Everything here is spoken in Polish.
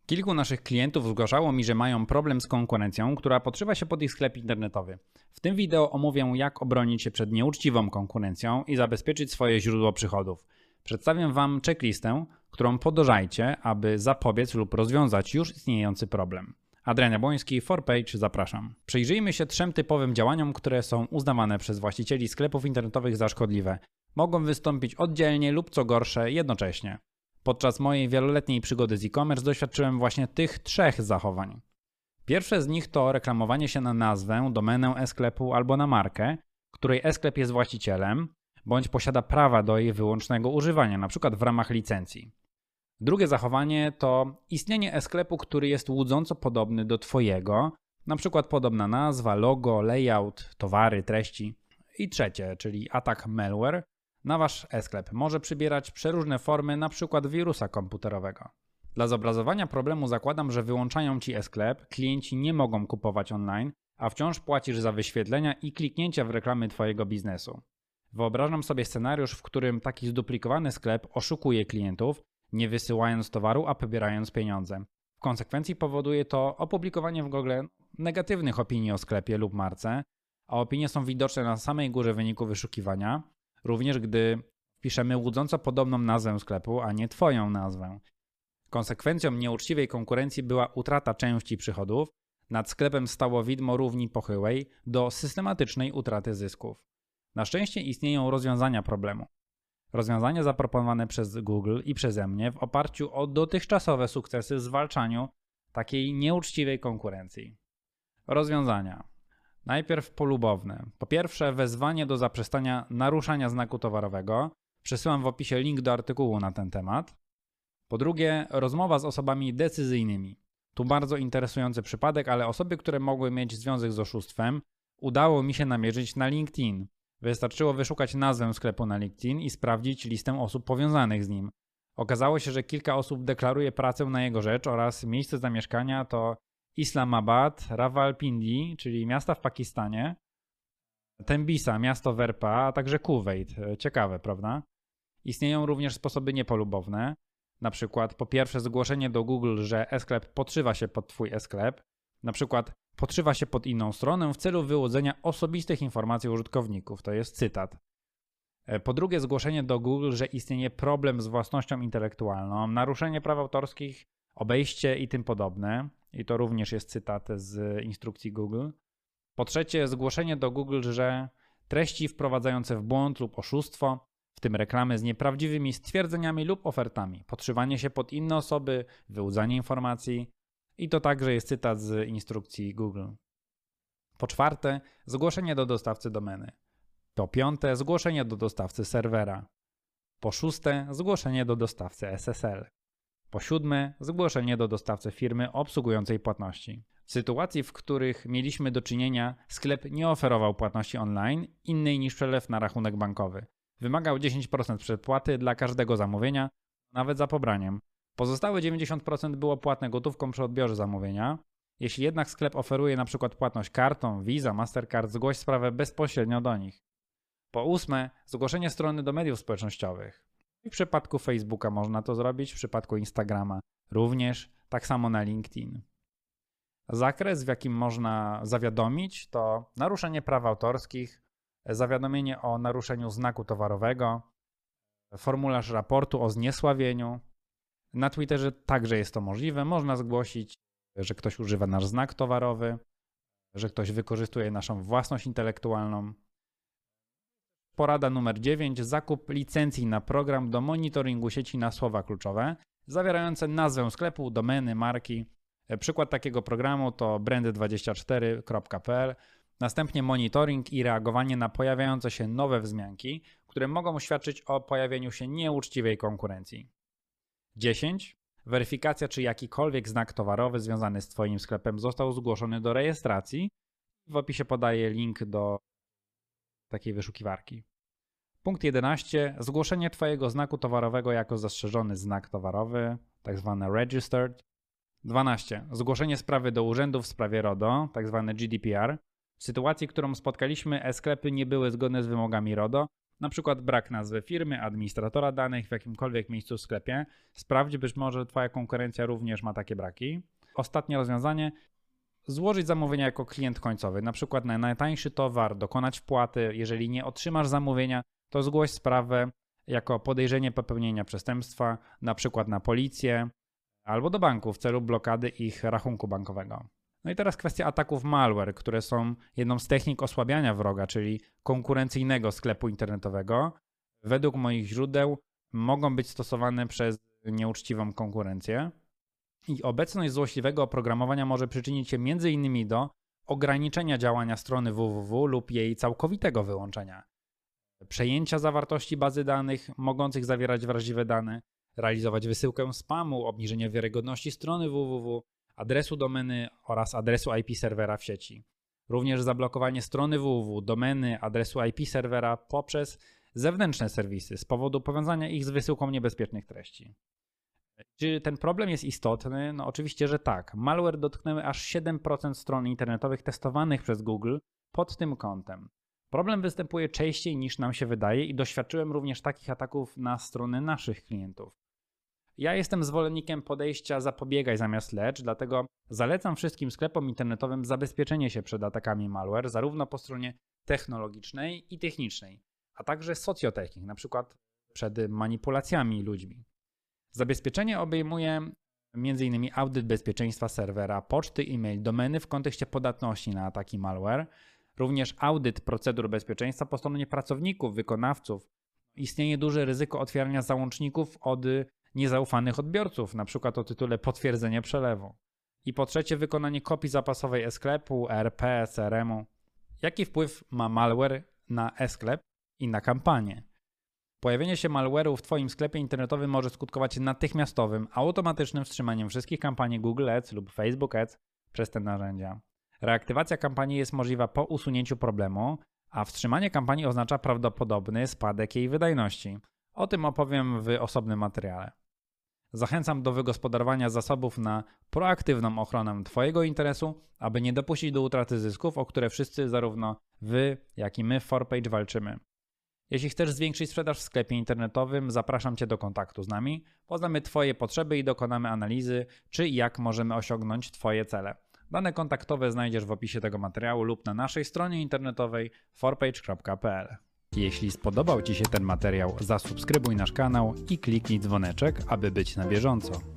Kilku naszych klientów zgłaszało mi, że mają problem z konkurencją, która podszywa się pod ich sklep internetowy. W tym wideo omówię, jak obronić się przed nieuczciwą konkurencją i zabezpieczyć swoje źródło przychodów. Przedstawię Wam checklistę, którą podążajcie, aby zapobiec lub rozwiązać już istniejący problem. Adrian Jabłoński, 4Page, zapraszam. Przyjrzyjmy się 3 typowym działaniom, które są uznawane przez właścicieli sklepów internetowych za szkodliwe. Mogą wystąpić oddzielnie lub co gorsze jednocześnie. Podczas mojej wieloletniej przygody z e-commerce doświadczyłem właśnie tych 3 zachowań. Pierwsze z nich to reklamowanie się na nazwę, domenę e-sklepu albo na markę, której e-sklep jest właścicielem, bądź posiada prawa do jej wyłącznego używania, np. w ramach licencji. Drugie zachowanie to istnienie e-sklepu, który jest łudząco podobny do Twojego, np. podobna nazwa, logo, layout, towary, treści. I trzecie, czyli atak malware, na Wasz e-sklep może przybierać przeróżne formy, np. wirusa komputerowego. Dla zobrazowania problemu zakładam, że wyłączają Ci e-sklep, klienci nie mogą kupować online, a wciąż płacisz za wyświetlenia i kliknięcia w reklamy Twojego biznesu. Wyobrażam sobie scenariusz, w którym taki zduplikowany sklep oszukuje klientów, nie wysyłając towaru, a pobierając pieniądze. W konsekwencji powoduje to opublikowanie w Google negatywnych opinii o sklepie lub marce, a opinie są widoczne na samej górze wyniku wyszukiwania, również gdy wpiszemy łudząco podobną nazwę sklepu, a nie Twoją nazwę. Konsekwencją nieuczciwej konkurencji była utrata części przychodów, nad sklepem stało widmo równi pochyłej do systematycznej utraty zysków. Na szczęście istnieją rozwiązania problemu. Rozwiązania zaproponowane przez Google i przeze mnie w oparciu o dotychczasowe sukcesy w zwalczaniu takiej nieuczciwej konkurencji. Rozwiązania. Najpierw polubowne. Po pierwsze, wezwanie do zaprzestania naruszania znaku towarowego. Przesyłam w opisie link do artykułu na ten temat. Po drugie, rozmowa z osobami decyzyjnymi. Tu bardzo interesujący przypadek, ale osoby, które mogły mieć związek z oszustwem, udało mi się namierzyć na LinkedIn. Wystarczyło wyszukać nazwę sklepu na LinkedIn i sprawdzić listę osób powiązanych z nim. Okazało się, że kilka osób deklaruje pracę na jego rzecz oraz miejsce zamieszkania to Islamabad, Rawalpindi, czyli miasta w Pakistanie, Tembisa, miasto w RPA, a także Kuwait. Ciekawe, prawda? Istnieją również sposoby niepolubowne, na przykład po pierwsze zgłoszenie do Google, że e-sklep podszywa się pod Twój e-sklep, na przykład podszywa się pod inną stronę w celu wyłudzenia osobistych informacji użytkowników, to jest cytat. Po drugie zgłoszenie do Google, że istnieje problem z własnością intelektualną, naruszenie praw autorskich, obejście i tym podobne. I to również jest cytat z instrukcji Google. Po trzecie, zgłoszenie do Google, że treści wprowadzające w błąd lub oszustwo, w tym reklamy z nieprawdziwymi stwierdzeniami lub ofertami, podszywanie się pod inne osoby, wyłudzanie informacji. I to także jest cytat z instrukcji Google. Po czwarte, zgłoszenie do dostawcy domeny. Po piąte, zgłoszenie do dostawcy serwera. Po szóste, zgłoszenie do dostawcy SSL. Po siódme, zgłoszenie do dostawcy firmy obsługującej płatności. W sytuacji, w których mieliśmy do czynienia, sklep nie oferował płatności online innej niż przelew na rachunek bankowy. Wymagał 10% przedpłaty dla każdego zamówienia, nawet za pobraniem. Pozostałe 90% było płatne gotówką przy odbiorze zamówienia. Jeśli jednak sklep oferuje np. płatność kartą, Visa, Mastercard, zgłoś sprawę bezpośrednio do nich. Po ósme, zgłoszenie strony do mediów społecznościowych. W przypadku Facebooka można to zrobić, w przypadku Instagrama również, tak samo na LinkedIn. Zakres, w jakim można zawiadomić, to naruszenie praw autorskich, zawiadomienie o naruszeniu znaku towarowego, formularz raportu o zniesławieniu. Na Twitterze także jest to możliwe. Można zgłosić, że ktoś używa nasz znak towarowy, że ktoś wykorzystuje naszą własność intelektualną. Porada numer 9. Zakup licencji na program do monitoringu sieci na słowa kluczowe, zawierające nazwę sklepu, domeny, marki. Przykład takiego programu to brandy24.pl. Następnie monitoring i reagowanie na pojawiające się nowe wzmianki, które mogą świadczyć o pojawieniu się nieuczciwej konkurencji. 10. Weryfikacja, czy jakikolwiek znak towarowy związany z Twoim sklepem został zgłoszony do rejestracji. W opisie podaję link do takiej wyszukiwarki. Punkt 11. Zgłoszenie Twojego znaku towarowego jako zastrzeżony znak towarowy, tzw. registered. 12. Zgłoszenie sprawy do urzędu w sprawie RODO, tzw. GDPR. W sytuacji, którą spotkaliśmy, e-sklepy nie były zgodne z wymogami RODO, na przykład brak nazwy firmy, administratora danych w jakimkolwiek miejscu w sklepie. Sprawdź, być może Twoja konkurencja również ma takie braki. Ostatnie rozwiązanie: złożyć zamówienie jako klient końcowy, na przykład na najtańszy towar, dokonać wpłaty. Jeżeli nie otrzymasz zamówienia, to zgłoś sprawę jako podejrzenie popełnienia przestępstwa, na przykład na policję albo do banku w celu blokady ich rachunku bankowego. No i teraz kwestia ataków malware, które są jedną z technik osłabiania wroga, czyli konkurencyjnego sklepu internetowego. Według moich źródeł mogą być stosowane przez nieuczciwą konkurencję i obecność złośliwego oprogramowania może przyczynić się m.in. do ograniczenia działania strony www lub jej całkowitego wyłączenia, przejęcia zawartości bazy danych mogących zawierać wrażliwe dane, realizować wysyłkę spamu, obniżenie wiarygodności strony www, adresu domeny oraz adresu IP serwera w sieci. Również zablokowanie strony www, domeny, adresu IP serwera poprzez zewnętrzne serwisy z powodu powiązania ich z wysyłką niebezpiecznych treści. Czy ten problem jest istotny? No oczywiście, że tak. Malware dotknęły aż 7% stron internetowych testowanych przez Google pod tym kątem. Problem występuje częściej niż nam się wydaje i doświadczyłem również takich ataków na strony naszych klientów. Ja jestem zwolennikiem podejścia zapobiegaj zamiast lecz, dlatego zalecam wszystkim sklepom internetowym zabezpieczenie się przed atakami malware, zarówno po stronie technologicznej i technicznej, a także socjotechnik, na przykład przed manipulacjami ludźmi. Zabezpieczenie obejmuje m.in. audyt bezpieczeństwa serwera, poczty, e-mail, domeny w kontekście podatności na ataki malware, również audyt procedur bezpieczeństwa po stronie pracowników, wykonawców. Istnieje duże ryzyko otwierania załączników od niezaufanych odbiorców, np. o tytule potwierdzenie przelewu. I po trzecie, wykonanie kopii zapasowej e-sklepu, ERP, CRM-u. Jaki wpływ ma malware na e-sklep i na kampanię? Pojawienie się malware'u w Twoim sklepie internetowym może skutkować natychmiastowym, automatycznym wstrzymaniem wszystkich kampanii Google Ads lub Facebook Ads przez te narzędzia. Reaktywacja kampanii jest możliwa po usunięciu problemu, a wstrzymanie kampanii oznacza prawdopodobny spadek jej wydajności. O tym opowiem w osobnym materiale. Zachęcam do wygospodarowania zasobów na proaktywną ochronę Twojego interesu, aby nie dopuścić do utraty zysków, o które wszyscy, zarówno Wy, jak i my w 4Page walczymy. Jeśli chcesz zwiększyć sprzedaż w sklepie internetowym, zapraszam Cię do kontaktu z nami. Poznamy Twoje potrzeby i dokonamy analizy, czy i jak możemy osiągnąć Twoje cele. Dane kontaktowe znajdziesz w opisie tego materiału lub na naszej stronie internetowej 4page.pl. Jeśli spodobał Ci się ten materiał, zasubskrybuj nasz kanał i kliknij dzwoneczek, aby być na bieżąco.